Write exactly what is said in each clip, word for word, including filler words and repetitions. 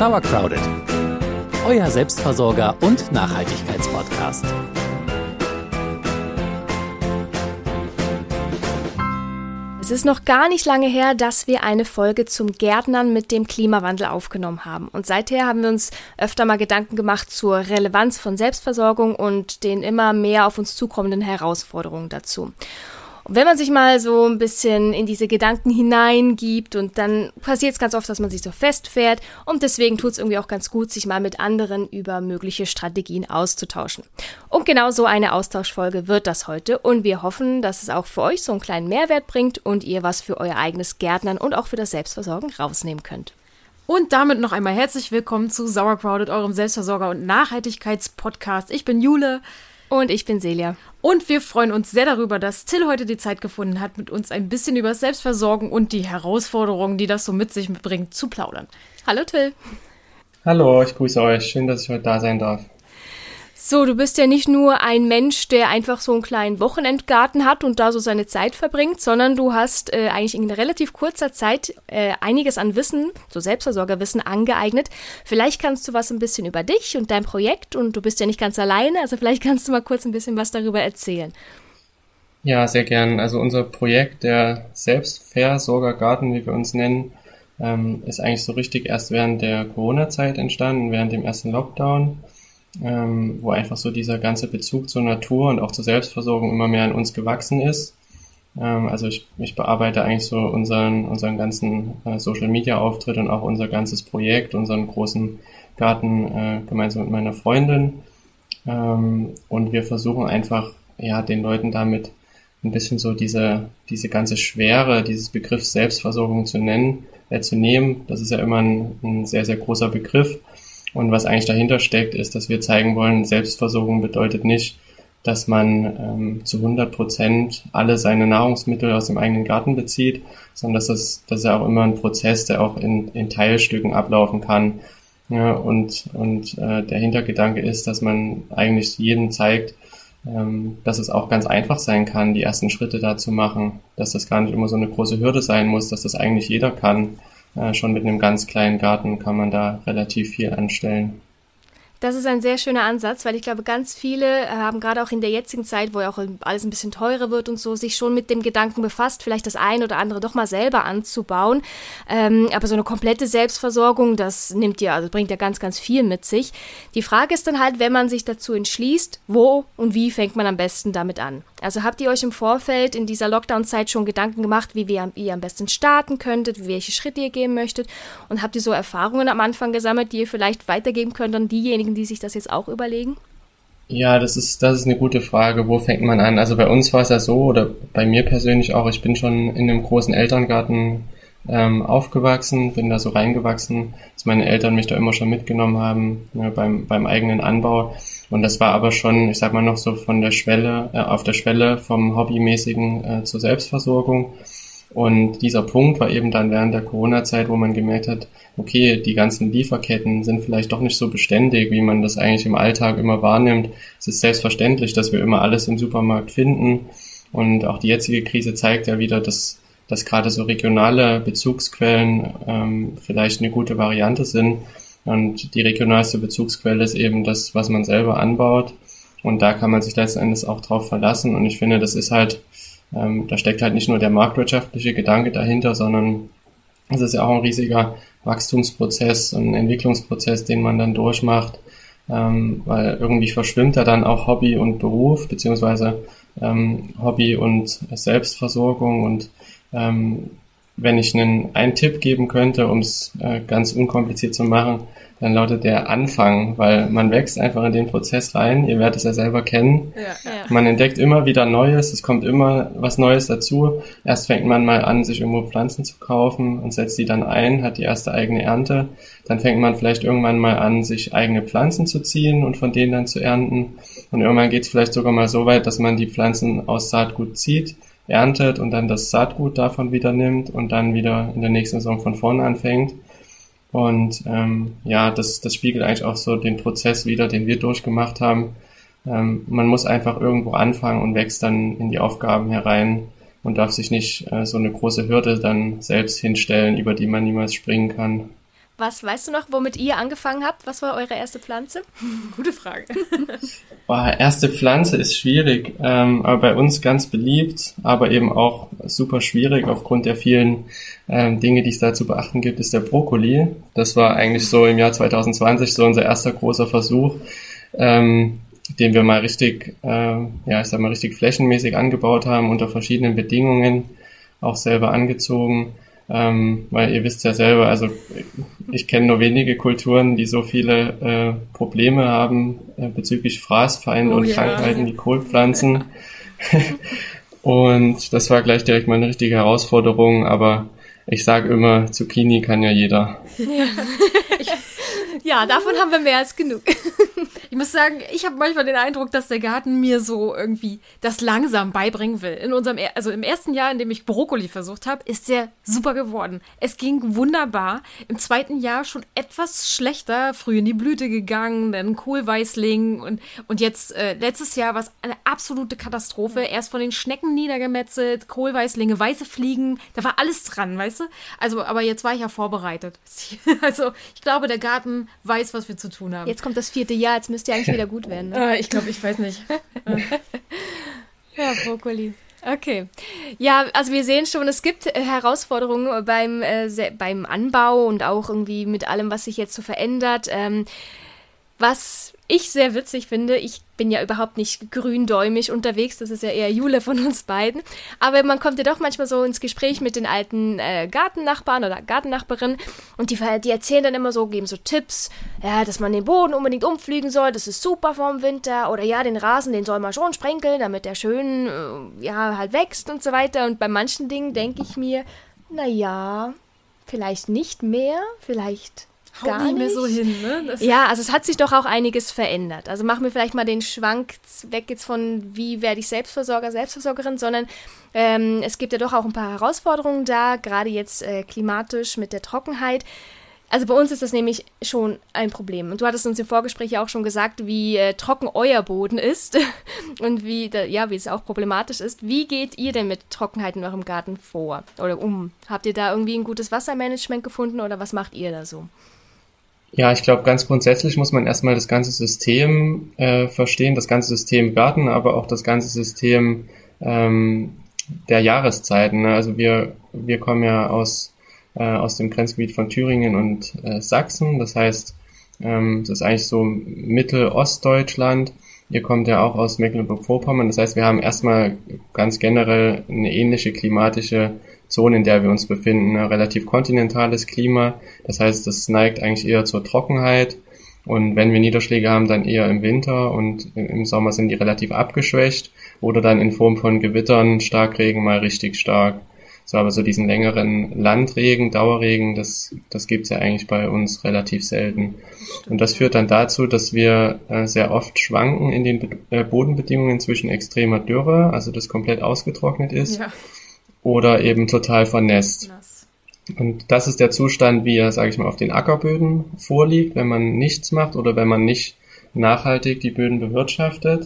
Sauercrowded, euer Selbstversorger und Nachhaltigkeitspodcast. Es ist noch gar nicht lange her, dass wir eine Folge zum Gärtnern mit dem Klimawandel aufgenommen haben. Und seither haben wir uns öfter mal Gedanken gemacht zur Relevanz von Selbstversorgung und den immer mehr auf uns zukommenden Herausforderungen dazu. Und wenn man sich mal so ein bisschen in diese Gedanken hineingibt und dann passiert es ganz oft, dass man sich so festfährt und deswegen tut es irgendwie auch ganz gut, sich mal mit anderen über mögliche Strategien auszutauschen. Und genau so eine Austauschfolge wird das heute und wir hoffen, dass es auch für euch so einen kleinen Mehrwert bringt und ihr was für euer eigenes Gärtnern und auch für das Selbstversorgen rausnehmen könnt. Und damit noch einmal herzlich willkommen zu Sauercrowded, eurem Selbstversorger- und Nachhaltigkeitspodcast. Ich bin Jule. Und ich bin Celia. Und wir freuen uns sehr darüber, dass Till heute die Zeit gefunden hat, mit uns ein bisschen über Selbstversorgung und die Herausforderungen, die das so mit sich bringt, zu plaudern. Hallo Till. Hallo, ich grüße euch. Schön, dass ich heute da sein darf. So, du bist ja nicht nur ein Mensch, der einfach so einen kleinen Wochenendgarten hat und da so seine Zeit verbringt, sondern du hast äh, eigentlich in relativ kurzer Zeit äh, einiges an Wissen, so Selbstversorgerwissen angeeignet. Vielleicht kannst du was ein bisschen über dich und dein Projekt und du bist ja nicht ganz alleine, also vielleicht kannst du mal kurz ein bisschen was darüber erzählen. Ja, sehr gern. Also unser Projekt, der Selbstversorgergarten, wie wir uns nennen, ähm, ist eigentlich so richtig erst während der Corona-Zeit entstanden, während dem ersten Lockdown. Ähm, wo einfach so dieser ganze Bezug zur Natur und auch zur Selbstversorgung immer mehr an uns gewachsen ist. Ähm, also ich, ich bearbeite eigentlich so unseren, unseren ganzen äh, Social-Media-Auftritt und auch unser ganzes Projekt, unseren großen Garten äh, gemeinsam mit meiner Freundin. Ähm, und wir versuchen einfach, ja, den Leuten damit ein bisschen so diese, diese ganze Schwere, dieses Begriff Selbstversorgung zu nennen, äh, zu nehmen. Das ist ja immer ein, ein sehr, sehr großer Begriff. Und was eigentlich dahinter steckt, ist, dass wir zeigen wollen, Selbstversorgung bedeutet nicht, dass man ähm, zu hundert Prozent alle seine Nahrungsmittel aus dem eigenen Garten bezieht, sondern dass das, das ist ja auch immer ein Prozess, der auch in, in Teilstücken ablaufen kann. Ja, und und äh, der Hintergedanke ist, dass man eigentlich jedem zeigt, ähm, dass es auch ganz einfach sein kann, die ersten Schritte da zu machen, dass das gar nicht immer so eine große Hürde sein muss, dass das eigentlich jeder kann. Äh, schon mit einem ganz kleinen Garten kann man da relativ viel anstellen. Das ist ein sehr schöner Ansatz, weil ich glaube, ganz viele haben gerade auch in der jetzigen Zeit, wo ja auch alles ein bisschen teurer wird und so, sich schon mit dem Gedanken befasst, vielleicht das ein oder andere doch mal selber anzubauen. Ähm, aber so eine komplette Selbstversorgung, das nimmt ja, also bringt ja ganz, ganz viel mit sich. Die Frage ist dann halt, wenn man sich dazu entschließt, wo und wie fängt man am besten damit an? Also habt ihr euch im Vorfeld in dieser Lockdown-Zeit schon Gedanken gemacht, wie, wir, wie ihr am besten starten könntet, welche Schritte ihr gehen möchtet? Und habt ihr so Erfahrungen am Anfang gesammelt, die ihr vielleicht weitergeben könnt an diejenigen, die sich das jetzt auch überlegen? Ja, das ist, das ist eine gute Frage. Wo fängt man an? Also bei uns war es ja so, oder bei mir persönlich auch, ich bin schon in einem großen Elterngarten ähm, aufgewachsen, bin da so reingewachsen, dass meine Eltern mich da immer schon mitgenommen haben, ne, beim, beim eigenen Anbau. Und das war aber schon, ich sag mal noch so von der Schwelle, äh, auf der Schwelle vom Hobbymäßigen äh, zur Selbstversorgung. Und dieser Punkt war eben dann während der Corona-Zeit, wo man gemerkt hat, okay, die ganzen Lieferketten sind vielleicht doch nicht so beständig, wie man das eigentlich im Alltag immer wahrnimmt. Es ist selbstverständlich, dass wir immer alles im Supermarkt finden. Und auch die jetzige Krise zeigt ja wieder, dass, dass gerade so regionale Bezugsquellen ähm, vielleicht eine gute Variante sind. Und die regionalste Bezugsquelle ist eben das, was man selber anbaut. Und da kann man sich letzten Endes auch drauf verlassen. Und ich finde, das ist halt, ähm, da steckt halt nicht nur der marktwirtschaftliche Gedanke dahinter, sondern es ist ja auch ein riesiger Wachstumsprozess und Entwicklungsprozess, den man dann durchmacht, ähm, weil irgendwie verschwimmt ja dann auch Hobby und Beruf, beziehungsweise ähm, Hobby und Selbstversorgung. Und ähm, wenn ich einen, einen Tipp geben könnte, um es äh, ganz unkompliziert zu machen, dann lautet der Anfang, weil man wächst einfach in den Prozess rein. Ihr werdet es ja selber kennen. Ja, ja. Man entdeckt immer wieder Neues, es kommt immer was Neues dazu. Erst fängt man mal an, sich irgendwo Pflanzen zu kaufen und setzt die dann ein, hat die erste eigene Ernte. Dann fängt man vielleicht irgendwann mal an, sich eigene Pflanzen zu ziehen und von denen dann zu ernten. Und irgendwann geht es vielleicht sogar mal so weit, dass man die Pflanzen aus Saatgut zieht, erntet und dann das Saatgut davon wieder nimmt und dann wieder in der nächsten Saison von vorne anfängt. Und ähm, ja, das, das spiegelt eigentlich auch so den Prozess wider, den wir durchgemacht haben. Ähm, man muss einfach irgendwo anfangen und wächst dann in die Aufgaben herein und darf sich nicht äh, so eine große Hürde dann selbst hinstellen, über die man niemals springen kann. Was weißt du noch, womit ihr angefangen habt? Was war eure erste Pflanze? Gute Frage. Boah, erste Pflanze ist schwierig, ähm, aber bei uns ganz beliebt, aber eben auch super schwierig aufgrund der vielen ähm, Dinge, die es da zu beachten gibt, ist der Brokkoli. Das war eigentlich so im Jahr zwanzig zwanzig so unser erster großer Versuch, ähm, den wir mal richtig, äh, ja, ich sag mal richtig flächenmäßig angebaut haben, unter verschiedenen Bedingungen, auch selber angezogen. Ähm, weil ihr wisst ja selber, also ich kenne nur wenige Kulturen, die so viele äh, Probleme haben äh, bezüglich Fraßfeinde oh, und ja. Krankheiten wie Kohlpflanzen. Und das war gleich direkt mal eine richtige Herausforderung, aber ich sage immer, Zucchini kann ja jeder. Ja, ja, davon haben wir mehr als genug. Ich muss sagen, ich habe manchmal den Eindruck, dass der Garten mir so irgendwie das langsam beibringen will. In unserem, er- also im ersten Jahr, in dem ich Brokkoli versucht habe, ist der super geworden. Es ging wunderbar. Im zweiten Jahr schon etwas schlechter, früh in die Blüte gegangen, dann Kohlweißling und, und jetzt äh, letztes Jahr war es eine absolute Katastrophe. Erst von den Schnecken niedergemetzelt, Kohlweißlinge, weiße Fliegen, da war alles dran, weißt du? Also, aber jetzt war ich ja vorbereitet. Also, ich glaube, der Garten weiß, was wir zu tun haben. Jetzt kommt das vierte Jahr, jetzt müsste ja eigentlich wieder gut werden. Ne? Äh, ich glaube, ich weiß nicht. Ja, Brokkoli. Okay. Ja, also wir sehen schon, es gibt äh, Herausforderungen beim, äh, se- beim Anbau und auch irgendwie mit allem, was sich jetzt so verändert. Ähm, was ich sehr witzig finde, ich bin ja überhaupt nicht gründäumig unterwegs, das ist ja eher Jule von uns beiden, aber man kommt ja doch manchmal so ins Gespräch mit den alten äh, Gartennachbarn oder Gartennachbarinnen und die, die erzählen dann immer so, geben so Tipps, ja, dass man den Boden unbedingt umpflügen soll, das ist super vorm Winter oder ja, den Rasen, den soll man schon sprenkeln, damit der schön, äh, ja, halt wächst und so weiter und bei manchen Dingen denke ich mir, naja, vielleicht nicht mehr, vielleicht Haut gar nicht nicht mehr so hin, ne? Das ja, also es hat sich doch auch einiges verändert. Also machen wir vielleicht mal den Schwank weg jetzt von, wie werde ich Selbstversorger, Selbstversorgerin, sondern ähm, es gibt ja doch auch ein paar Herausforderungen da, gerade jetzt äh, klimatisch mit der Trockenheit. Also bei uns ist das nämlich schon ein Problem. Und du hattest uns im Vorgespräch ja auch schon gesagt, wie äh, trocken euer Boden ist und wie, da, ja, wie es auch problematisch ist. Wie geht ihr denn mit Trockenheit in eurem Garten vor oder um? Habt ihr da irgendwie ein gutes Wassermanagement gefunden oder was macht ihr da so? Ja, ich glaube, ganz grundsätzlich muss man erstmal das ganze System äh, verstehen, das ganze System Garten, aber auch das ganze System ähm, der Jahreszeiten. Ne? Also wir wir kommen ja aus äh, aus dem Grenzgebiet von Thüringen und äh, Sachsen, das heißt, ähm, das ist eigentlich so Mittel-Ostdeutschland. Ihr kommt ja auch aus Mecklenburg-Vorpommern, das heißt, wir haben erstmal ganz generell eine ähnliche klimatische Zone, in der wir uns befinden, ein relativ kontinentales Klima. Das heißt, das neigt eigentlich eher zur Trockenheit. Und wenn wir Niederschläge haben, dann eher im Winter und im Sommer sind die relativ abgeschwächt oder dann in Form von Gewittern, Starkregen mal richtig stark. So, aber so diesen längeren Landregen, Dauerregen, das, das gibt's ja eigentlich bei uns relativ selten. Und das führt dann dazu, dass wir äh, sehr oft schwanken in den Be- äh, Bodenbedingungen zwischen extremer Dürre, also das komplett ausgetrocknet ist, ja. oder eben total vernässt. Nass. Und das ist der Zustand, wie er, sage ich mal, auf den Ackerböden vorliegt, wenn man nichts macht oder wenn man nicht nachhaltig die Böden bewirtschaftet.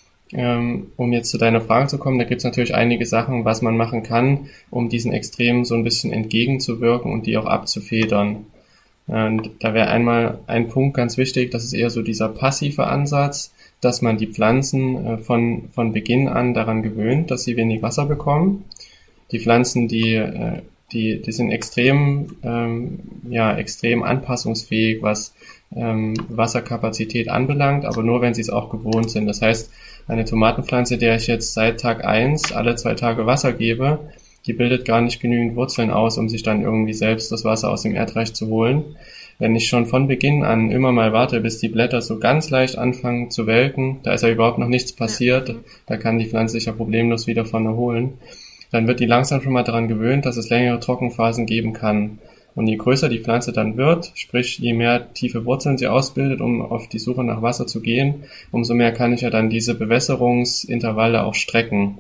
Ähm, um jetzt zu deiner Frage zu kommen, da gibt es natürlich einige Sachen, was man machen kann, um diesen Extremen so ein bisschen entgegenzuwirken und die auch abzufedern. Und da wäre einmal ein Punkt ganz wichtig, das ist eher so dieser passive Ansatz, dass man die Pflanzen äh, von, von Beginn an daran gewöhnt, dass sie wenig Wasser bekommen. Die Pflanzen, die, äh, die, die sind extrem, ähm, ja, extrem anpassungsfähig, was ähm, Wasserkapazität anbelangt, aber nur, wenn sie es auch gewohnt sind. Das heißt, eine Tomatenpflanze, der ich jetzt seit Tag eins alle zwei Tage Wasser gebe, die bildet gar nicht genügend Wurzeln aus, um sich dann irgendwie selbst das Wasser aus dem Erdreich zu holen. Wenn ich schon von Beginn an immer mal warte, bis die Blätter so ganz leicht anfangen zu welken, da ist ja überhaupt noch nichts passiert, ja. Da kann die Pflanze sich ja problemlos wieder von erholen, dann wird die langsam schon mal daran gewöhnt, dass es längere Trockenphasen geben kann. Und je größer die Pflanze dann wird, sprich je mehr tiefe Wurzeln sie ausbildet, um auf die Suche nach Wasser zu gehen, umso mehr kann ich ja dann diese Bewässerungsintervalle auch strecken.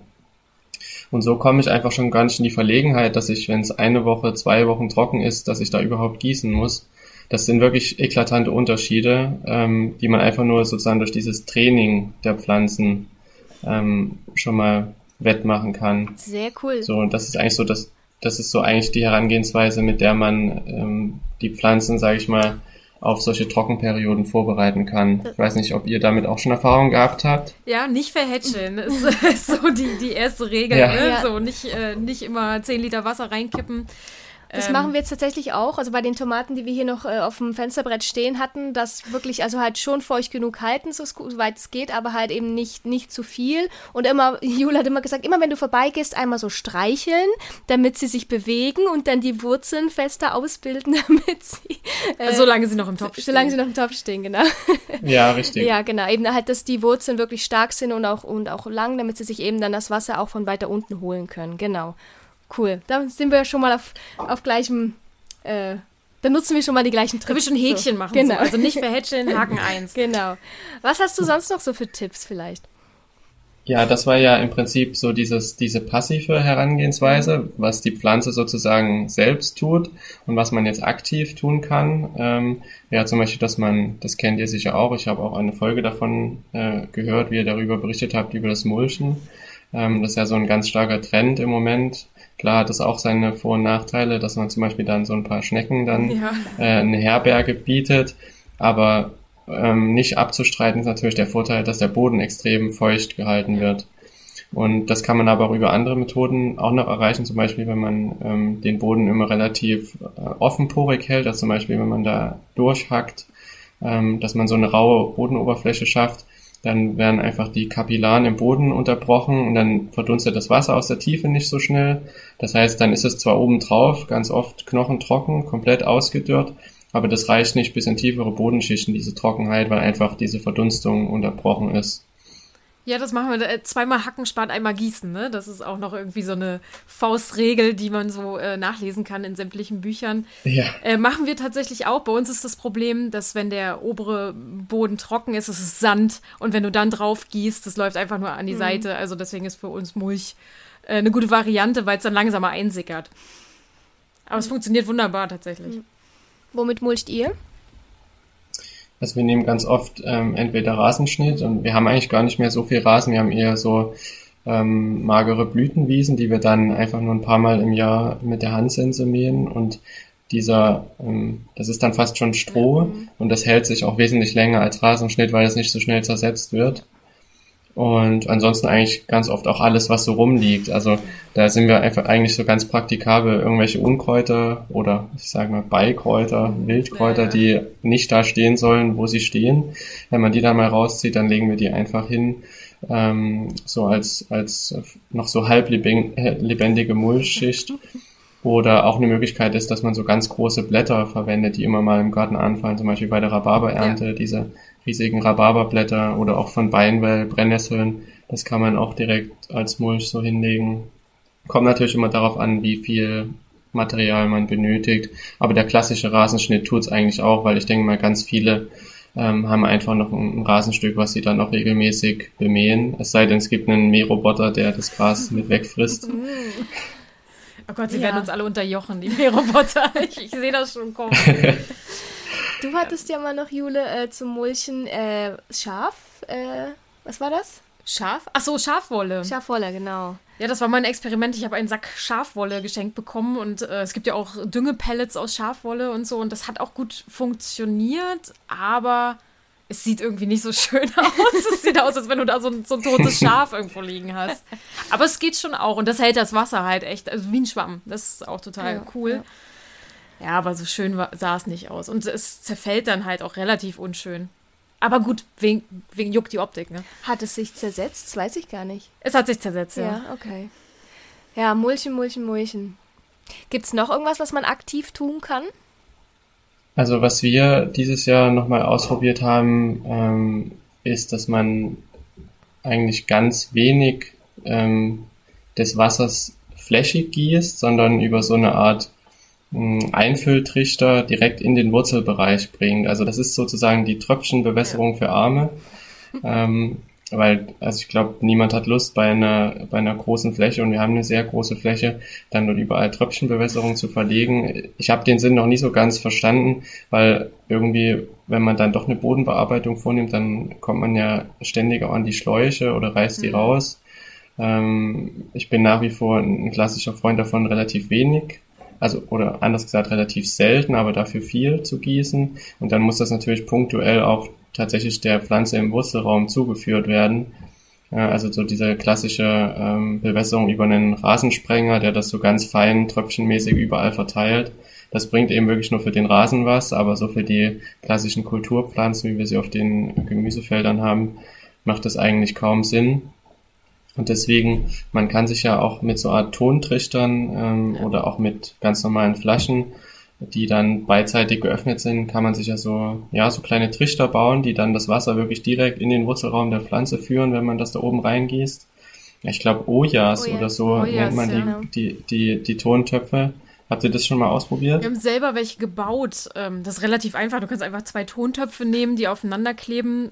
Und so komme ich einfach schon gar nicht in die Verlegenheit, dass ich, wenn es eine Woche, zwei Wochen trocken ist, dass ich da überhaupt gießen muss. Das sind wirklich eklatante Unterschiede, ähm, die man einfach nur sozusagen durch dieses Training der Pflanzen ähm, schon mal wettmachen kann. Sehr cool. So, und das ist eigentlich so das Das ist so eigentlich die Herangehensweise, mit der man ähm, die Pflanzen, sage ich mal, auf solche Trockenperioden vorbereiten kann. Ich weiß nicht, ob ihr damit auch schon Erfahrung gehabt habt. Ja, nicht verhätscheln ist, ist so die, die erste Regel. Ja. Ne? Ja. So nicht, äh, nicht immer zehn Liter Wasser reinkippen. Das Ähm, machen wir jetzt tatsächlich auch. Also bei den Tomaten, die wir hier noch äh, auf dem Fensterbrett stehen hatten, das wirklich also halt schon feucht genug halten, so weit es geht, aber halt eben nicht, nicht zu viel. Und immer, Jule hat immer gesagt, immer wenn du vorbeigehst, einmal so streicheln, damit sie sich bewegen und dann die Wurzeln fester ausbilden, damit sie... Äh, solange sie noch im Topf stehen. Solange sie noch im Topf stehen, genau. Ja, richtig. Ja, genau. Eben halt, dass die Wurzeln wirklich stark sind und auch, und auch lang, damit sie sich eben dann das Wasser auch von weiter unten holen können. Genau. Cool. Da sind wir ja schon mal auf, auf gleichem, äh, da nutzen wir schon mal die gleichen Da will Tricks. schon Häkchen so. machen. Genau. So. Also nicht verhätscheln, Haken eins. Genau. Was hast du sonst noch so für Tipps vielleicht? Ja, das war ja im Prinzip so dieses, diese passive Herangehensweise, was die Pflanze sozusagen selbst tut und was man jetzt aktiv tun kann. Ähm, ja, zum Beispiel, dass man, das kennt ihr sicher auch, ich habe auch eine Folge davon äh, gehört, wie ihr darüber berichtet habt, über das Mulchen. Ähm, das ist ja so ein ganz starker Trend im Moment. Klar hat es auch seine Vor- und Nachteile, dass man zum Beispiel dann so ein paar Schnecken dann Ja. äh, eine Herberge bietet, aber ähm, nicht abzustreiten ist natürlich der Vorteil, dass der Boden extrem feucht gehalten wird. Und das kann man aber auch über andere Methoden auch noch erreichen, zum Beispiel wenn man ähm, den Boden immer relativ äh, offenporig hält, also zum Beispiel wenn man da durchhackt, ähm, dass man so eine raue Bodenoberfläche schafft, dann werden einfach die Kapillaren im Boden unterbrochen und dann verdunstet das Wasser aus der Tiefe nicht so schnell. Das heißt, dann ist es zwar oben drauf ganz oft knochentrocken, komplett ausgedörrt, aber das reicht nicht bis in tiefere Bodenschichten, diese Trockenheit, weil einfach diese Verdunstung unterbrochen ist. Ja, das machen wir. Äh, Zweimal hacken spart einmal gießen, ne? Das ist auch noch irgendwie so eine Faustregel, die man so äh, nachlesen kann in sämtlichen Büchern. Ja. Äh, machen wir tatsächlich auch. Bei uns ist das Problem, dass wenn der obere Boden trocken ist, ist es Sand. Und wenn du dann drauf gießt, das läuft einfach nur an die Mhm. Seite. Also deswegen ist für uns Mulch äh, eine gute Variante, weil es dann langsamer einsickert. Aber es funktioniert wunderbar tatsächlich. Womit mulcht ihr? Also wir nehmen ganz oft ähm, entweder Rasenschnitt und wir haben eigentlich gar nicht mehr so viel Rasen, wir haben eher so ähm, magere Blütenwiesen, die wir dann einfach nur ein paar Mal im Jahr mit der Handsense mähen und dieser, ähm, das ist dann fast schon Stroh und das hält sich auch wesentlich länger als Rasenschnitt, weil es nicht so schnell zersetzt wird. Und ansonsten eigentlich ganz oft auch alles, was so rumliegt. Also da sind wir einfach eigentlich so ganz praktikabel, irgendwelche Unkräuter oder ich sage mal Beikräuter, Wildkräuter, Ja. die nicht da stehen sollen, wo sie stehen. Wenn man die dann mal rauszieht, dann legen wir die einfach hin, ähm, so als als noch so halb lebendige Mulchschicht. Oder auch eine Möglichkeit ist, dass man so ganz große Blätter verwendet, die immer mal im Garten anfallen, zum Beispiel bei der Rhabarberernte, Ja. diese riesigen Rhabarberblätter oder auch von Beinwell, Brennnesseln, das kann man auch direkt als Mulch so hinlegen. Kommt natürlich immer darauf an, wie viel Material man benötigt, aber der klassische Rasenschnitt tut's eigentlich auch, weil ich denke mal, ganz viele ähm, haben einfach noch ein, ein Rasenstück, was sie dann auch regelmäßig bemähen, es sei denn, es gibt einen Mähroboter, der das Gras mit wegfrisst. Oh Gott, sie Ja. werden uns alle unterjochen, die Mähroboter. ich ich sehe das schon kommen. Du hattest ja mal noch, Jule, äh, zum Mulchen äh, Schaf. Äh, was war das? Schaf? Ach so, Schafwolle. Schafwolle, genau. Ja, das war mein Experiment. Ich habe einen Sack Schafwolle geschenkt bekommen und äh, es gibt ja auch Düngepellets aus Schafwolle und so und das hat auch gut funktioniert, aber es sieht irgendwie nicht so schön aus. Es sieht aus, als wenn du da so ein, so ein totes Schaf irgendwo liegen hast. Aber es geht schon auch und das hält das Wasser halt echt, also wie ein Schwamm. Das ist auch total Ja, cool. ja. Ja, aber so schön war, sah es nicht aus. Und es zerfällt dann halt auch relativ unschön. Aber gut, wegen, wegen juckt die Optik, ne? Hat es sich zersetzt? Das weiß ich gar nicht. Es hat sich zersetzt, ja. Ja, okay. Ja, Mulchen, Mulchen, Mulchen. Gibt's noch irgendwas, was man aktiv tun kann? Also was wir dieses Jahr nochmal ausprobiert haben, ähm, ist, dass man eigentlich ganz wenig ähm, des Wassers flächig gießt, sondern über so eine Art mh, Einfülltrichter direkt in den Wurzelbereich bringt. Also das ist sozusagen die Tröpfchenbewässerung für Arme. Ähm, weil, also ich glaube, niemand hat Lust bei einer bei einer großen Fläche und wir haben eine sehr große Fläche, dann dort überall Tröpfchenbewässerung zu verlegen. Ich habe den Sinn noch nie so ganz verstanden, weil irgendwie, wenn man dann doch eine Bodenbearbeitung vornimmt, dann kommt man ja ständig auch an die Schläuche oder reißt die Mhm. raus. Ähm, ich bin nach wie vor ein klassischer Freund davon, relativ wenig also oder anders gesagt relativ selten, aber dafür viel zu gießen. Und dann muss das natürlich punktuell auch tatsächlich der Pflanze im Wurzelraum zugeführt werden. Also so diese klassische ähm, Bewässerung über einen Rasensprenger, der das so ganz fein tröpfchenmäßig überall verteilt. Das bringt eben wirklich nur für den Rasen was, aber so für die klassischen Kulturpflanzen, wie wir sie auf den Gemüsefeldern haben, macht das eigentlich kaum Sinn. Und deswegen, man kann sich ja auch mit so einer Art Tontrichtern ähm, ja. oder auch mit ganz normalen Flaschen, die dann beidseitig geöffnet sind, kann man sich ja so, ja, so kleine Trichter bauen, die dann das Wasser wirklich direkt in den Wurzelraum der Pflanze führen, wenn man das da oben reingießt. Ich glaube, Ojas, Ojas oder so Ojas, nennt man ja. die, die, die, die Tontöpfe. Habt ihr das schon mal ausprobiert? Wir haben selber welche gebaut. Das ist relativ einfach. Du kannst einfach zwei Tontöpfe nehmen, die aufeinander kleben.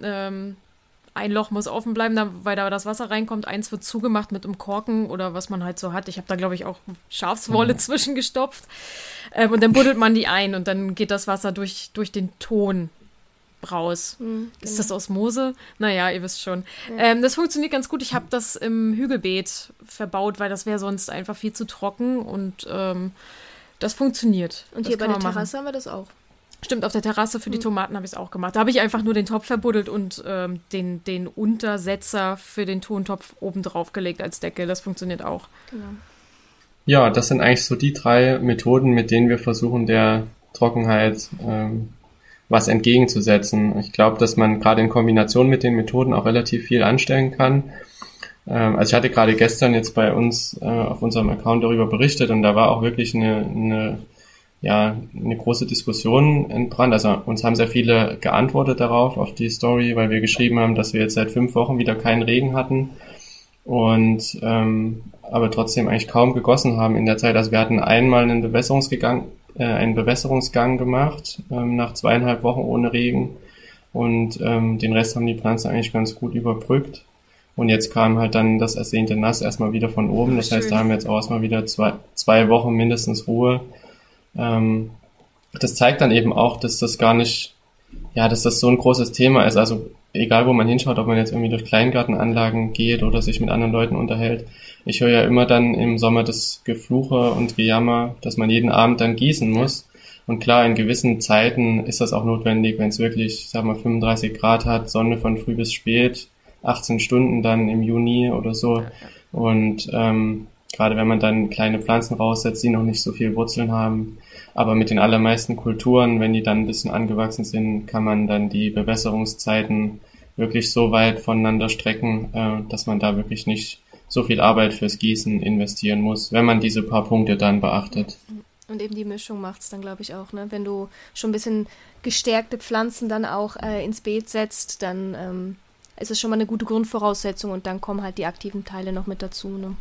Ein Loch muss offen bleiben, weil da das Wasser reinkommt. Eins wird zugemacht mit einem Korken oder was man halt so hat. Ich habe da, glaube ich, auch Schafswolle mhm. zwischengestopft. Ähm, und dann buddelt man die ein und dann geht das Wasser durch, durch den Ton raus. Mhm, ist das Osmose? Naja, ihr wisst schon. Ja. Ähm, das funktioniert ganz gut. Ich habe das im Hügelbeet verbaut, weil das wäre sonst einfach viel zu trocken und ähm, das funktioniert. Und das hier bei der Terrasse haben wir das auch. Stimmt, auf der Terrasse für die Tomaten habe ich es auch gemacht. Da habe ich einfach nur den Topf verbuddelt und ähm, den, den Untersetzer für den Tontopf oben drauf gelegt als Deckel. Das funktioniert auch. Genau. Ja, das sind eigentlich so die drei Methoden, mit denen wir versuchen, der Trockenheit ähm, was entgegenzusetzen. Ich glaube, dass man gerade in Kombination mit den Methoden auch relativ viel anstellen kann. Ähm, also ich hatte gerade gestern jetzt bei uns äh, auf unserem Account darüber berichtet und da war auch wirklich eine, eine ja, eine große Diskussion entbrannt. Also uns haben sehr viele geantwortet darauf, auf die Story, weil wir geschrieben haben, dass wir jetzt seit fünf Wochen wieder keinen Regen hatten und ähm, aber trotzdem eigentlich kaum gegossen haben in der Zeit. Also wir hatten einmal einen Bewässerungsgang, äh, einen Bewässerungsgang gemacht, ähm, nach zweieinhalb Wochen ohne Regen und ähm, den Rest haben die Pflanzen eigentlich ganz gut überbrückt. Und jetzt kam halt dann das ersehnte Nass erstmal wieder von oben. Das heißt, da haben wir jetzt auch erstmal wieder zwei, zwei Wochen mindestens Ruhe. Ähm, das zeigt dann eben auch, dass das gar nicht, ja, dass das so ein großes Thema ist. Also egal, wo man hinschaut, ob man jetzt irgendwie durch Kleingartenanlagen geht oder sich mit anderen Leuten unterhält. Ich höre ja immer dann im Sommer das Gefluche und Gejammer, dass man jeden Abend dann gießen muss. Und klar, in gewissen Zeiten ist das auch notwendig, wenn es wirklich, sag mal, fünfunddreißig Grad hat, Sonne von früh bis spät, achtzehn Stunden dann im Juni oder so. Und ähm, gerade wenn man dann kleine Pflanzen raussetzt, die noch nicht so viel Wurzeln haben. Aber mit den allermeisten Kulturen, wenn die dann ein bisschen angewachsen sind, kann man dann die Bewässerungszeiten wirklich so weit voneinander strecken, äh, dass man da wirklich nicht so viel Arbeit fürs Gießen investieren muss, wenn man diese paar Punkte dann beachtet. Und eben die Mischung macht's dann, glaube ich, auch, ne? Wenn du schon ein bisschen gestärkte Pflanzen dann auch äh, ins Beet setzt, dann ähm, ist es schon mal eine gute Grundvoraussetzung und dann kommen halt die aktiven Teile noch mit dazu, ne?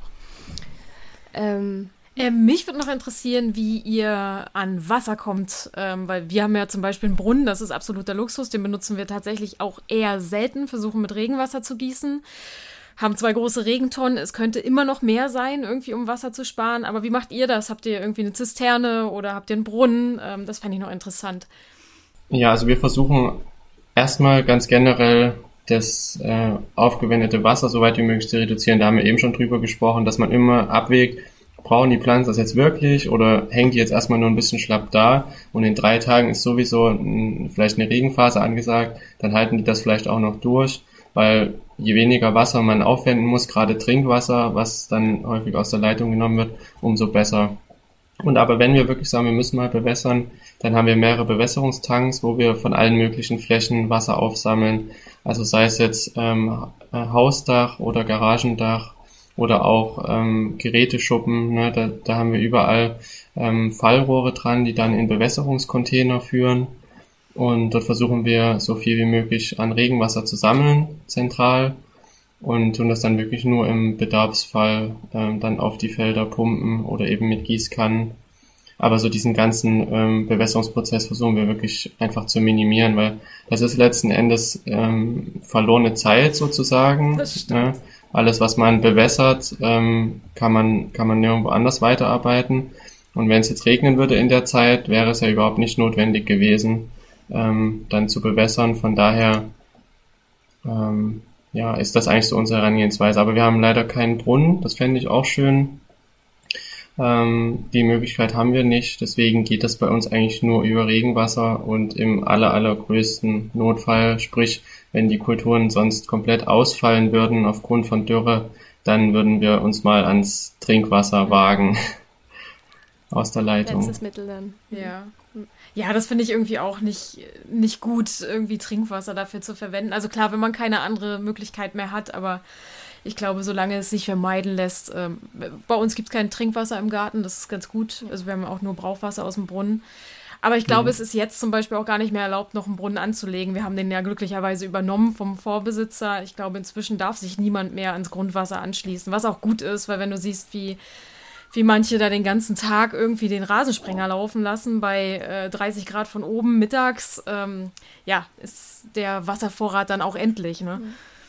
Ähm, äh, mich würde noch interessieren, wie ihr an Wasser kommt, ähm, weil wir haben ja zum Beispiel einen Brunnen, das ist absoluter Luxus, den benutzen wir tatsächlich auch eher selten, versuchen mit Regenwasser zu gießen, haben zwei große Regentonnen, es könnte immer noch mehr sein, irgendwie um Wasser zu sparen, aber wie macht ihr das? Habt ihr irgendwie eine Zisterne oder habt ihr einen Brunnen? Ähm, das fände ich noch interessant. Ja, also wir versuchen erstmal ganz generell das äh, aufgewendete Wasser so weit wie möglich zu reduzieren. Da haben wir eben schon drüber gesprochen, dass man immer abwägt, brauchen die Pflanzen das jetzt wirklich oder hängt die jetzt erstmal nur ein bisschen schlapp da und in drei Tagen ist sowieso ein, vielleicht eine Regenphase angesagt, dann halten die das vielleicht auch noch durch, weil je weniger Wasser man aufwenden muss, gerade Trinkwasser, was dann häufig aus der Leitung genommen wird, umso besser. Und aber wenn wir wirklich sagen, wir müssen mal bewässern, dann haben wir mehrere Bewässerungstanks, wo wir von allen möglichen Flächen Wasser aufsammeln. Also sei es jetzt ähm, Hausdach oder Garagendach oder auch ähm, Geräteschuppen, ne, da, da haben wir überall ähm, Fallrohre dran, die dann in Bewässerungscontainer führen. Und dort versuchen wir so viel wie möglich an Regenwasser zu sammeln, zentral, und tun das dann wirklich nur im Bedarfsfall ähm, dann auf die Felder pumpen oder eben mit Gießkannen. Aber so diesen ganzen ähm, Bewässerungsprozess versuchen wir wirklich einfach zu minimieren, weil das ist letzten Endes ähm, verlorene Zeit sozusagen. Das stimmt. Ne? Alles, was man bewässert, ähm, kann man kann man nirgendwo anders weiterarbeiten. Und wenn es jetzt regnen würde in der Zeit, wäre es ja überhaupt nicht notwendig gewesen, ähm, dann zu bewässern. Von daher ähm, ja, ist das eigentlich so unsere Herangehensweise. Aber wir haben leider keinen Brunnen, das fände ich auch schön. Ähm, die Möglichkeit haben wir nicht, deswegen geht das bei uns eigentlich nur über Regenwasser und im aller, allergrößten Notfall, sprich, wenn die Kulturen sonst komplett ausfallen würden aufgrund von Dürre, dann würden wir uns mal ans Trinkwasser wagen aus der Leitung. Letztes Mittel dann. Ja. Ja, das finde ich irgendwie auch nicht, nicht gut, irgendwie Trinkwasser dafür zu verwenden. Also klar, wenn man keine andere Möglichkeit mehr hat, aber ich glaube, solange es sich vermeiden lässt, ähm, bei uns gibt es kein Trinkwasser im Garten, das ist ganz gut. Also wir haben auch nur Brauchwasser aus dem Brunnen. Aber ich glaube, mhm. es ist jetzt zum Beispiel auch gar nicht mehr erlaubt, noch einen Brunnen anzulegen. Wir haben den ja glücklicherweise übernommen vom Vorbesitzer. Ich glaube, inzwischen darf sich niemand mehr ans Grundwasser anschließen, was auch gut ist, weil wenn du siehst, wie wie manche da den ganzen Tag irgendwie den Rasensprenger laufen lassen bei äh, dreißig Grad von oben mittags, ähm, ja, ist der Wasservorrat dann auch endlich, ne?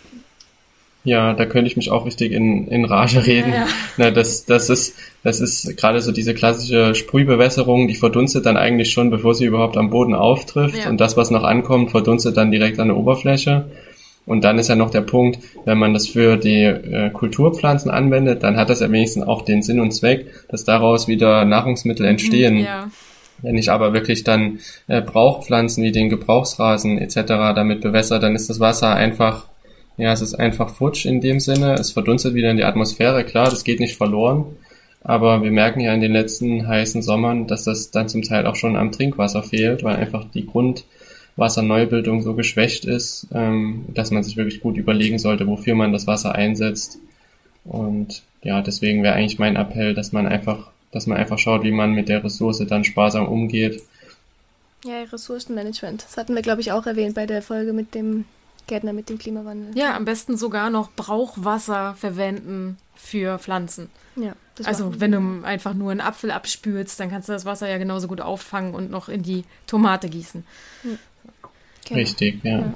Ja, da könnte ich mich auch richtig in, in Rage reden. Ja, ja. Na, das, das ist, das ist gerade so diese klassische Sprühbewässerung, die verdunstet dann eigentlich schon, bevor sie überhaupt am Boden auftrifft. Ja. Und das, was noch ankommt, verdunstet dann direkt an der Oberfläche. Und dann ist ja noch der Punkt, wenn man das für die äh, Kulturpflanzen anwendet, dann hat das ja wenigstens auch den Sinn und Zweck, dass daraus wieder Nahrungsmittel entstehen. Ja. Wenn ich aber wirklich dann äh, Brauchpflanzen wie den Gebrauchsrasen et cetera damit bewässere, dann ist das Wasser einfach, ja, es ist einfach futsch in dem Sinne. Es verdunstet wieder in die Atmosphäre, klar, das geht nicht verloren. Aber wir merken ja in den letzten heißen Sommern, dass das dann zum Teil auch schon am Trinkwasser fehlt, weil einfach die Grund Wasserneubildung so geschwächt ist, ähm, dass man sich wirklich gut überlegen sollte, wofür man das Wasser einsetzt. Und ja, deswegen wäre eigentlich mein Appell, dass man einfach, dass man einfach schaut, wie man mit der Ressource dann sparsam umgeht. Ja, Ressourcenmanagement. Das hatten wir, glaube ich, auch erwähnt bei der Folge mit dem Gärtner, mit dem Klimawandel. Ja, am besten sogar noch Brauchwasser verwenden für Pflanzen. Ja, das also wenn du einfach nur einen Apfel abspülst, dann kannst du das Wasser ja genauso gut auffangen und noch in die Tomate gießen. Hm. Genau. Richtig, ja. ja.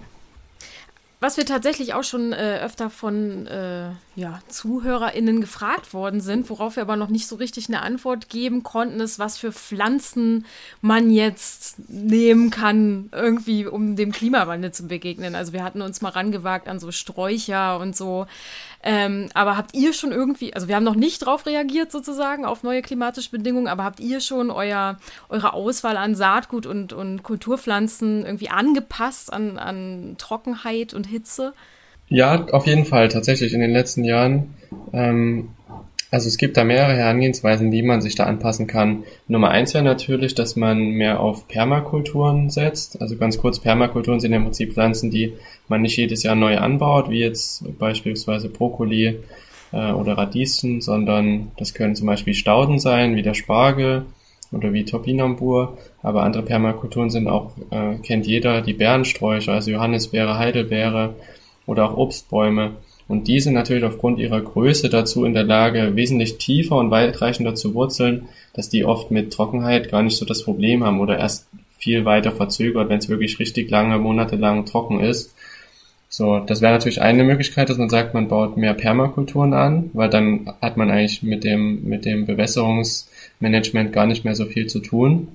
Was wir tatsächlich auch schon äh, öfter von äh, ja, ZuhörerInnen gefragt worden sind, worauf wir aber noch nicht so richtig eine Antwort geben konnten, ist, was für Pflanzen man jetzt nehmen kann, irgendwie, um dem Klimawandel zu begegnen. Also wir hatten uns mal rangewagt an so Sträucher und so. Ähm, aber habt ihr schon irgendwie, also wir haben noch nicht drauf reagiert sozusagen, auf neue klimatische Bedingungen, aber habt ihr schon euer, eure Auswahl an Saatgut und, und Kulturpflanzen irgendwie angepasst an, an Trockenheit und Hitze? Ja, auf jeden Fall, tatsächlich in den letzten Jahren. Ähm, also es gibt da mehrere Herangehensweisen, wie man sich da anpassen kann. Nummer eins wäre natürlich, dass man mehr auf Permakulturen setzt. Also ganz kurz, Permakulturen sind im Prinzip Pflanzen, die man nicht jedes Jahr neu anbaut, wie jetzt beispielsweise Brokkoli äh, oder Radieschen, sondern das können zum Beispiel Stauden sein, wie der Spargel oder wie Topinambur. Aber andere Permakulturen sind auch, äh, kennt jeder, die Beerensträucher, also Johannisbeere, Heidelbeere oder auch Obstbäume. Und die sind natürlich aufgrund ihrer Größe dazu in der Lage, wesentlich tiefer und weitreichender zu wurzeln, dass die oft mit Trockenheit gar nicht so das Problem haben oder erst viel weiter verzögert, wenn es wirklich richtig lange, monatelang trocken ist. So, das wäre natürlich eine Möglichkeit, dass man sagt, man baut mehr Permakulturen an, weil dann hat man eigentlich mit dem, mit dem Bewässerungsmanagement gar nicht mehr so viel zu tun.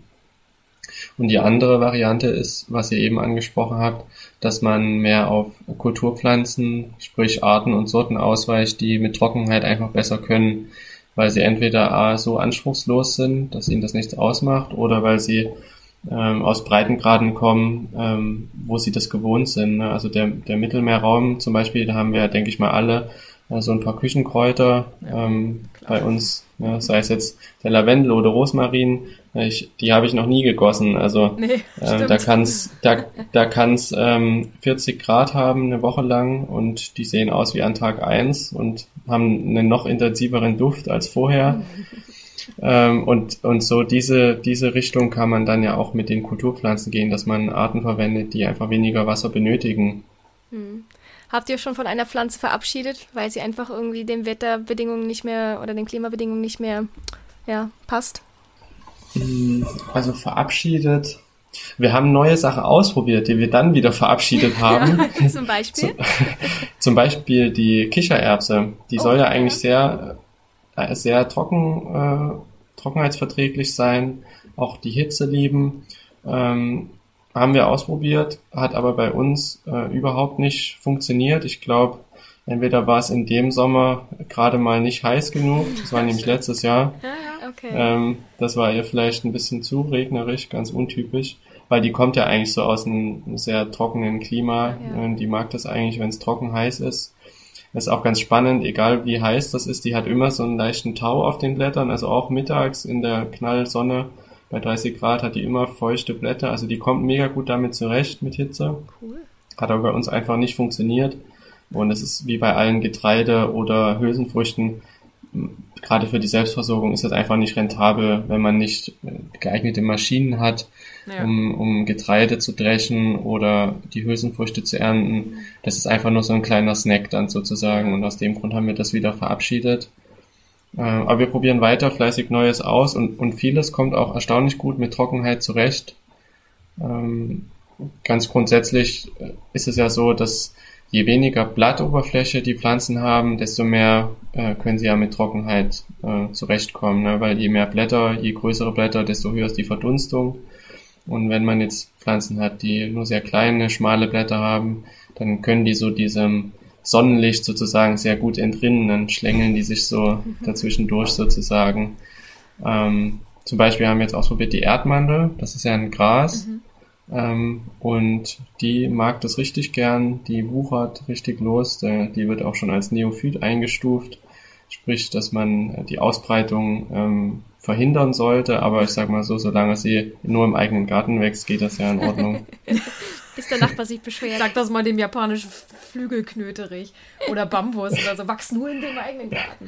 Und die andere Variante ist, was ihr eben angesprochen habt, dass man mehr auf Kulturpflanzen, sprich Arten und Sorten ausweicht, die mit Trockenheit einfach besser können, weil sie entweder A, so anspruchslos sind, dass ihnen das nichts ausmacht, oder weil sie ähm, aus Breitengraden kommen, ähm, wo sie das gewohnt sind. Ne? Also der, der Mittelmeerraum zum Beispiel, da haben wir, denke ich mal, alle äh, so ein paar Küchenkräuter ähm, bei uns, ne? Sei es jetzt der Lavendel oder Rosmarin. Ich, die habe ich noch nie gegossen, also nee, äh, da kann's da da kann's ähm, vierzig Grad haben eine Woche lang und die sehen aus wie an Tag eins und haben einen noch intensiveren Duft als vorher. ähm, und und so diese diese Richtung kann man dann ja auch mit den Kulturpflanzen gehen, dass man Arten verwendet, die einfach weniger Wasser benötigen. Hm. Habt ihr schon von einer Pflanze verabschiedet, weil sie einfach irgendwie den Wetterbedingungen nicht mehr oder den Klimabedingungen nicht mehr ja, passt? Also verabschiedet. Wir haben neue Sachen ausprobiert, die wir dann wieder verabschiedet haben. Ja, zum Beispiel? zum, zum Beispiel die Kichererbse. Die oh, soll ja eigentlich sehr, äh, sehr trocken, äh, trockenheitsverträglich sein, auch die Hitze lieben. Ähm, haben wir ausprobiert, hat aber bei uns äh, überhaupt nicht funktioniert. Ich glaube, entweder war es in dem Sommer gerade mal nicht heiß genug, das war nämlich letztes Jahr, ja, ja. Okay. Ähm, das war ihr vielleicht ein bisschen zu regnerisch, ganz untypisch, weil die kommt ja eigentlich so aus einem sehr trockenen Klima. Ja. Die mag das eigentlich, wenn es trocken heiß ist. Das ist auch ganz spannend, egal wie heiß das ist, die hat immer so einen leichten Tau auf den Blättern, also auch mittags in der Knallsonne bei dreißig Grad hat die immer feuchte Blätter, also die kommt mega gut damit zurecht mit Hitze. Cool. Hat aber bei uns einfach nicht funktioniert. Und es ist wie bei allen Getreide- oder Hülsenfrüchten, gerade für die Selbstversorgung ist das einfach nicht rentabel, wenn man nicht geeignete Maschinen hat, Ja. um, um Getreide zu dreschen oder die Hülsenfrüchte zu ernten. Das ist einfach nur so ein kleiner Snack dann sozusagen und aus dem Grund haben wir das wieder verabschiedet. Äh, aber wir probieren weiter fleißig Neues aus und, und vieles kommt auch erstaunlich gut mit Trockenheit zurecht. Ähm, ganz grundsätzlich ist es ja so, dass je weniger Blattoberfläche die Pflanzen haben, desto mehr äh, können sie ja mit Trockenheit äh, zurechtkommen, ne? Weil je mehr Blätter, je größere Blätter, desto höher ist die Verdunstung. Und wenn man jetzt Pflanzen hat, die nur sehr kleine, schmale Blätter haben, dann können die so diesem Sonnenlicht sozusagen sehr gut entrinnen, dann schlängeln die sich so dazwischen durch sozusagen. Ähm, zum Beispiel haben wir jetzt ausprobiert die Erdmandel, das ist ja ein Gras. Mhm. Ähm, und die mag das richtig gern, die wuchert richtig los, der, die wird auch schon als Neophyt eingestuft, sprich, dass man die Ausbreitung ähm, verhindern sollte, aber ich sag mal so, solange sie nur im eigenen Garten wächst, geht das ja in Ordnung. Bis der Nachbar sich beschwert. Sag das mal dem japanischen Flügelknöterich oder Bambus oder so, wachs nur in dem eigenen Garten.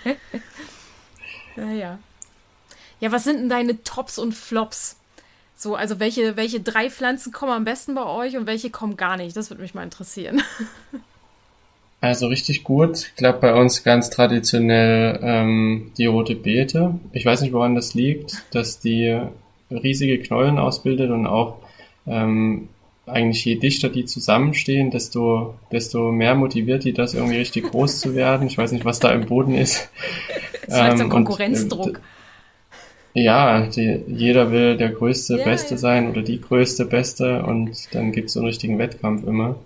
Naja. Ja, was sind denn deine Tops und Flops? So, also welche, welche drei Pflanzen kommen am besten bei euch und welche kommen gar nicht? Das würde mich mal interessieren. Also richtig gut. Ich glaube bei uns ganz traditionell ähm, die rote Beete. Ich weiß nicht, woran das liegt, dass die riesige Knollen ausbildet und auch ähm, eigentlich je dichter die zusammenstehen, desto desto mehr motiviert die, das irgendwie richtig groß zu werden. Ich weiß nicht, was da im Boden ist. Das ist halt so ein Ähm, Konkurrenzdruck. Und, äh, ja, die, jeder will der größte, Ja, Beste ja. sein oder die größte, Beste und dann gibt's so einen richtigen Wettkampf immer.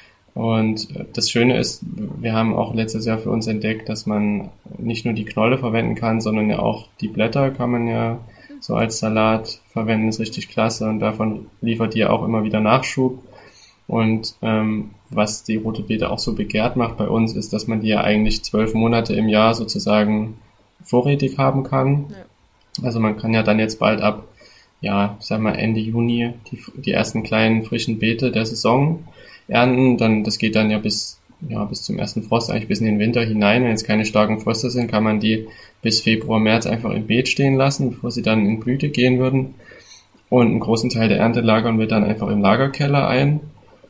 Und das Schöne ist, wir haben auch letztes Jahr für uns entdeckt, dass man nicht nur die Knolle verwenden kann, sondern ja auch die Blätter kann man ja so als Salat verwenden, ist richtig klasse und davon liefert die ja auch immer wieder Nachschub. Und ähm, was die rote Beete auch so begehrt macht bei uns, ist, dass man die ja eigentlich zwölf Monate im Jahr sozusagen vorrätig haben kann. Ja. Also man kann ja dann jetzt bald ab, ja, ich sag mal Ende Juni die, die ersten kleinen frischen Beete der Saison ernten, dann, das geht dann ja bis, ja, bis zum ersten Frost, eigentlich bis in den Winter hinein. Wenn jetzt keine starken Fröste sind, kann man die bis Februar, März einfach im Beet stehen lassen, bevor sie dann in Blüte gehen würden. Und einen großen Teil der Ernte lagern wir dann einfach im Lagerkeller ein.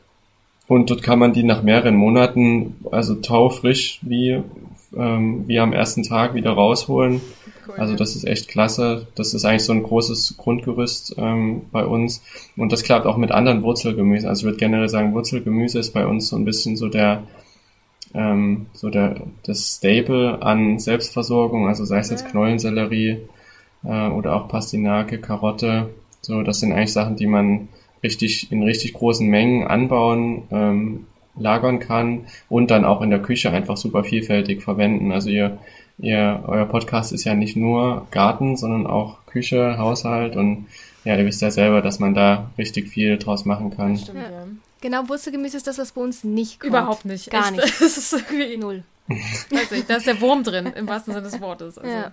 Und dort kann man die nach mehreren Monaten, also taufrisch wie, ähm, wie am ersten Tag wieder rausholen. Cool. Also das ist echt klasse. Das ist eigentlich so ein großes Grundgerüst ähm, bei uns. Und das klappt auch mit anderen Wurzelgemüse. Also ich würde generell sagen, Wurzelgemüse ist bei uns so ein bisschen so der, ähm, so der, das Staple an Selbstversorgung. Also sei es jetzt Ja. Knollensellerie äh, oder auch Pastinake, Karotte. So, das sind eigentlich Sachen, die man richtig in richtig großen Mengen anbauen, ähm, lagern kann und dann auch in der Küche einfach super vielfältig verwenden. Also ihr Ihr, euer Podcast ist ja nicht nur Garten, sondern auch Küche, Haushalt und ja, ihr wisst ja selber, dass man da richtig viel draus machen kann. Stimmt, Ja. ja. Genau, Wurzelgemüse ist das, was bei uns nicht kommt. Überhaupt nicht. Gar Echt. nicht. Das ist irgendwie, Null. weiß nicht, da ist der Wurm drin, im wahrsten Sinne des Wortes. Also, Ja.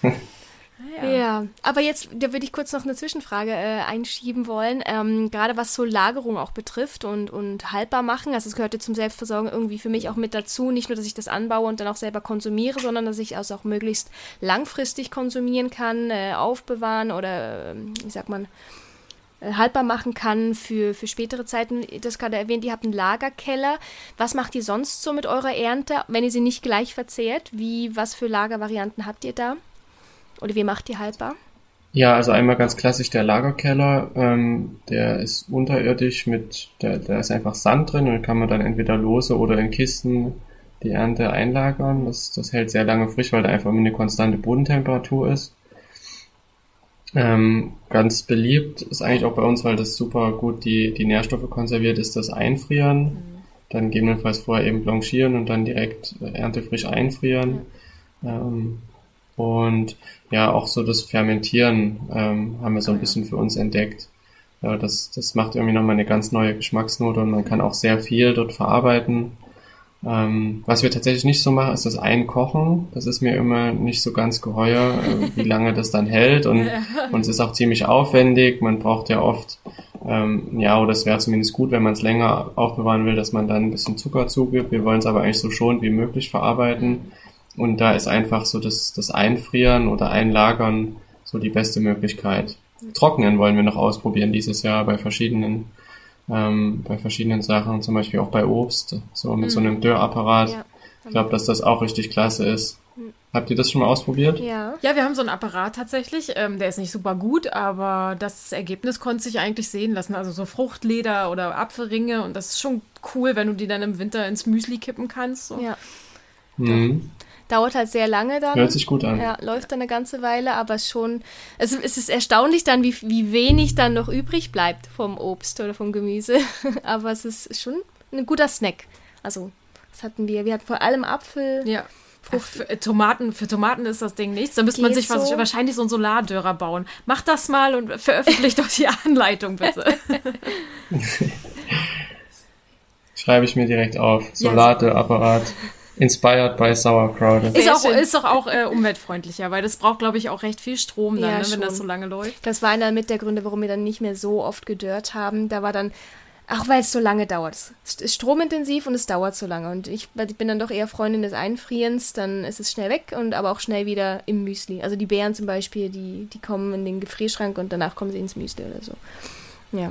ja. Ja, aber jetzt, da würde ich kurz noch eine Zwischenfrage äh, einschieben wollen, ähm, gerade was so Lagerung auch betrifft und, und haltbar machen, also es gehört ja zum Selbstversorgen irgendwie für mich auch mit dazu, nicht nur, dass ich das anbaue und dann auch selber konsumiere, sondern dass ich es auch möglichst langfristig konsumieren kann, äh, aufbewahren oder, äh, wie sagt man, äh, haltbar machen kann für, für spätere Zeiten. Das gerade erwähnt, ihr habt einen Lagerkeller. Was macht ihr sonst so mit eurer Ernte, wenn ihr sie nicht gleich verzehrt? Wie, was für Lagervarianten habt ihr da? Oder wie macht ihr haltbar? Ja, also einmal ganz klassisch der Lagerkeller, ähm, der ist unterirdisch mit, der, da ist einfach Sand drin und kann man dann entweder lose oder in Kisten die Ernte einlagern. Das, das hält sehr lange frisch, weil da einfach immer eine konstante Bodentemperatur ist. Ähm, ganz beliebt ist eigentlich auch bei uns, weil das super gut die, die Nährstoffe konserviert, ist das Einfrieren. Mhm. Dann gegebenenfalls vorher eben blanchieren und dann direkt äh, erntefrisch einfrieren. Ja. Ähm, Und ja, auch so das Fermentieren ähm, haben wir so ein bisschen für uns entdeckt. Ja, das, das macht irgendwie nochmal eine ganz neue Geschmacksnote und man kann auch sehr viel dort verarbeiten. Ähm, was wir tatsächlich nicht so machen, ist das Einkochen. Das ist mir immer nicht so ganz geheuer, äh, wie lange das dann hält. Und, und es ist auch ziemlich aufwendig. Man braucht ja oft, ähm, ja, oder es wäre zumindest gut, wenn man es länger aufbewahren will, dass man dann ein bisschen Zucker zugibt. Wir wollen es aber eigentlich so schonend wie möglich verarbeiten. Und da ist einfach so das, das Einfrieren oder Einlagern so die beste Möglichkeit. Trocknen wollen wir noch ausprobieren dieses Jahr bei verschiedenen Ähm, bei verschiedenen Sachen, zum Beispiel auch bei Obst, so mit mm. so einem Dörrapparat. Ja. Ich glaube, dass das auch richtig klasse ist. Mm. Habt ihr das schon mal ausprobiert? Ja, ja, wir haben so einen Apparat tatsächlich. Ähm, der ist nicht super gut, aber das Ergebnis konnte sich eigentlich sehen lassen. Also so Fruchtleder oder Apfelringe und das ist schon cool, wenn du die dann im Winter ins Müsli kippen kannst. So. Ja. Mhm. Dauert halt sehr lange dann. Hört sich gut an. Ja, läuft dann eine ganze Weile, aber schon, also es ist erstaunlich dann, wie, wie wenig dann noch übrig bleibt vom Obst oder vom Gemüse. Aber es ist schon ein guter Snack. Also, das hatten wir. Wir hatten vor allem Apfel. Ja. Frucht. Für Tomaten, für Tomaten ist das Ding nichts. Da müsste man sich so? wahrscheinlich so einen Solardörrer bauen. Macht das mal und veröffentlicht doch die Anleitung, bitte. Schreibe ich mir direkt auf. Solardörrapparat. Inspired by Sauerkraut. Ist auch, ist doch auch äh, umweltfreundlicher, weil das braucht, glaube ich, auch recht viel Strom dann, ja, ne, wenn das so lange läuft. Das war einer mit der Gründe, warum wir dann nicht mehr so oft gedörrt haben. Da war dann, auch weil es so lange dauert. Es ist stromintensiv und es dauert so lange. Und ich, ich bin dann doch eher Freundin des Einfrierens, dann ist es schnell weg und aber auch schnell wieder im Müsli. Also die Beeren zum Beispiel, die, die kommen in den Gefrierschrank und danach kommen sie ins Müsli oder so. Ja.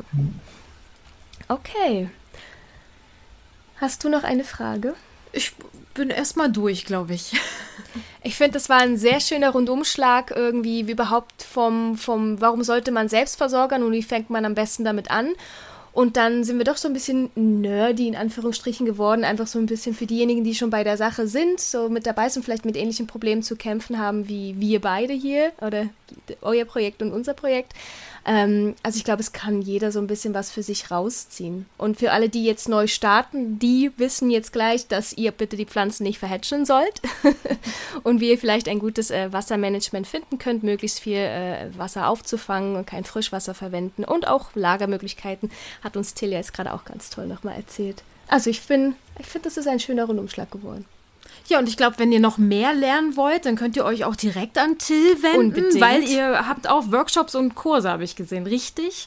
Okay. Hast du noch eine Frage? Ich bin erstmal durch, glaube ich. Ich finde, das war ein sehr schöner Rundumschlag irgendwie, wie überhaupt vom, vom, warum sollte man Selbstversorgern und wie fängt man am besten damit an? Und dann sind wir doch so ein bisschen nerdy in Anführungsstrichen geworden, einfach so ein bisschen für diejenigen, die schon bei der Sache sind, so mit dabei sind, vielleicht mit ähnlichen Problemen zu kämpfen haben wie wir beide hier oder euer Projekt und unser Projekt. Ähm, also ich glaube, es kann jeder so ein bisschen was für sich rausziehen. Und für alle, die jetzt neu starten, die wissen jetzt gleich, dass ihr bitte die Pflanzen nicht verhätscheln sollt und wie ihr vielleicht ein gutes äh, Wassermanagement finden könnt, möglichst viel äh, Wasser aufzufangen und kein Frischwasser verwenden und auch Lagermöglichkeiten, hat uns Till jetzt gerade auch ganz toll nochmal erzählt. Also ich bin, ich finde, das ist ein schöner Rundumschlag geworden. Ja, und ich glaube, wenn ihr noch mehr lernen wollt, dann könnt ihr euch auch direkt an Till wenden, Unbedingt. Weil ihr habt auch Workshops und Kurse, habe ich gesehen, richtig?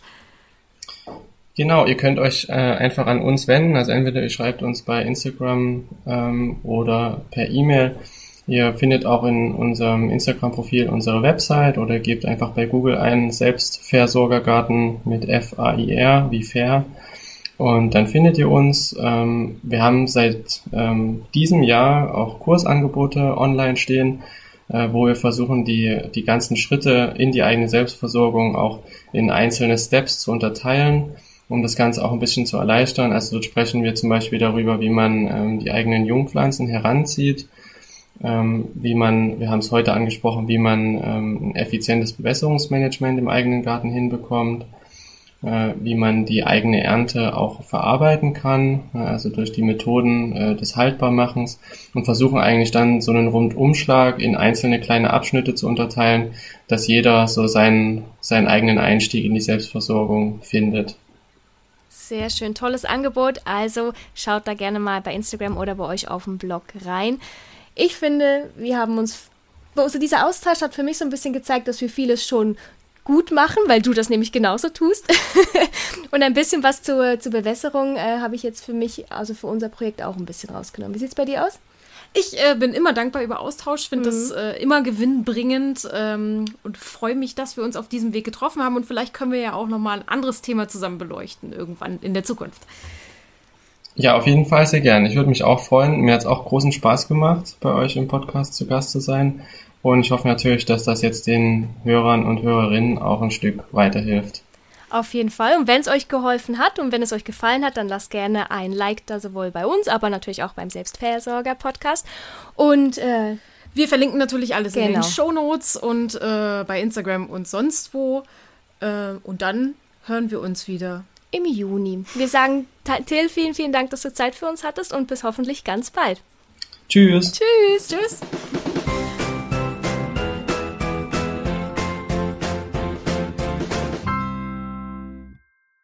Genau, ihr könnt euch äh, einfach an uns wenden, also entweder ihr schreibt uns bei Instagram ähm, oder per E-Mail. Ihr findet auch in unserem Instagram-Profil unsere Website oder gebt einfach bei Google ein Selbstversorgergarten mit F A I R wie fair. Und dann findet ihr uns. Ähm, wir haben seit ähm, diesem Jahr auch Kursangebote online stehen, äh, wo wir versuchen, die die ganzen Schritte in die eigene Selbstversorgung auch in einzelne Steps zu unterteilen, um das Ganze auch ein bisschen zu erleichtern. Also dort sprechen wir zum Beispiel darüber, wie man ähm, die eigenen Jungpflanzen heranzieht, ähm, wie man, wir haben es heute angesprochen, wie man ähm, ein effizientes Bewässerungsmanagement im eigenen Garten hinbekommt, wie man die eigene Ernte auch verarbeiten kann, also durch die Methoden äh, des Haltbarmachens, und versuchen eigentlich dann so einen Rundumschlag in einzelne kleine Abschnitte zu unterteilen, dass jeder so seinen, seinen eigenen Einstieg in die Selbstversorgung findet. Sehr schön, tolles Angebot, also schaut da gerne mal bei Instagram oder bei euch auf dem Blog rein. Ich finde, wir haben uns, also dieser Austausch hat für mich so ein bisschen gezeigt, dass wir vieles schon gut machen, weil du das nämlich genauso tust. Und ein bisschen was zur, zur Bewässerung äh, habe ich jetzt für mich, also für unser Projekt auch ein bisschen rausgenommen. Wie sieht es bei dir aus? Ich äh, bin immer dankbar über Austausch, finde mhm. das äh, immer gewinnbringend ähm, und freue mich, dass wir uns auf diesem Weg getroffen haben. Und vielleicht können wir ja auch nochmal ein anderes Thema zusammen beleuchten, irgendwann in der Zukunft. Ja, auf jeden Fall sehr gerne. Ich würde mich auch freuen. Mir hat es auch großen Spaß gemacht, bei euch im Podcast zu Gast zu sein. Und ich hoffe natürlich, dass das jetzt den Hörern und Hörerinnen auch ein Stück weiterhilft. Auf jeden Fall. Und wenn es euch geholfen hat und wenn es euch gefallen hat, dann lasst gerne ein Like da, sowohl bei uns, aber natürlich auch beim Selbstversorger-Podcast. Und äh, wir verlinken natürlich alles genau. in den Shownotes und äh, bei Instagram und sonst wo. Äh, und dann hören wir uns wieder im Juni. Wir sagen, Till, vielen, vielen Dank, dass du Zeit für uns hattest und bis hoffentlich ganz bald. Tschüss. Tschüss. Tschüss.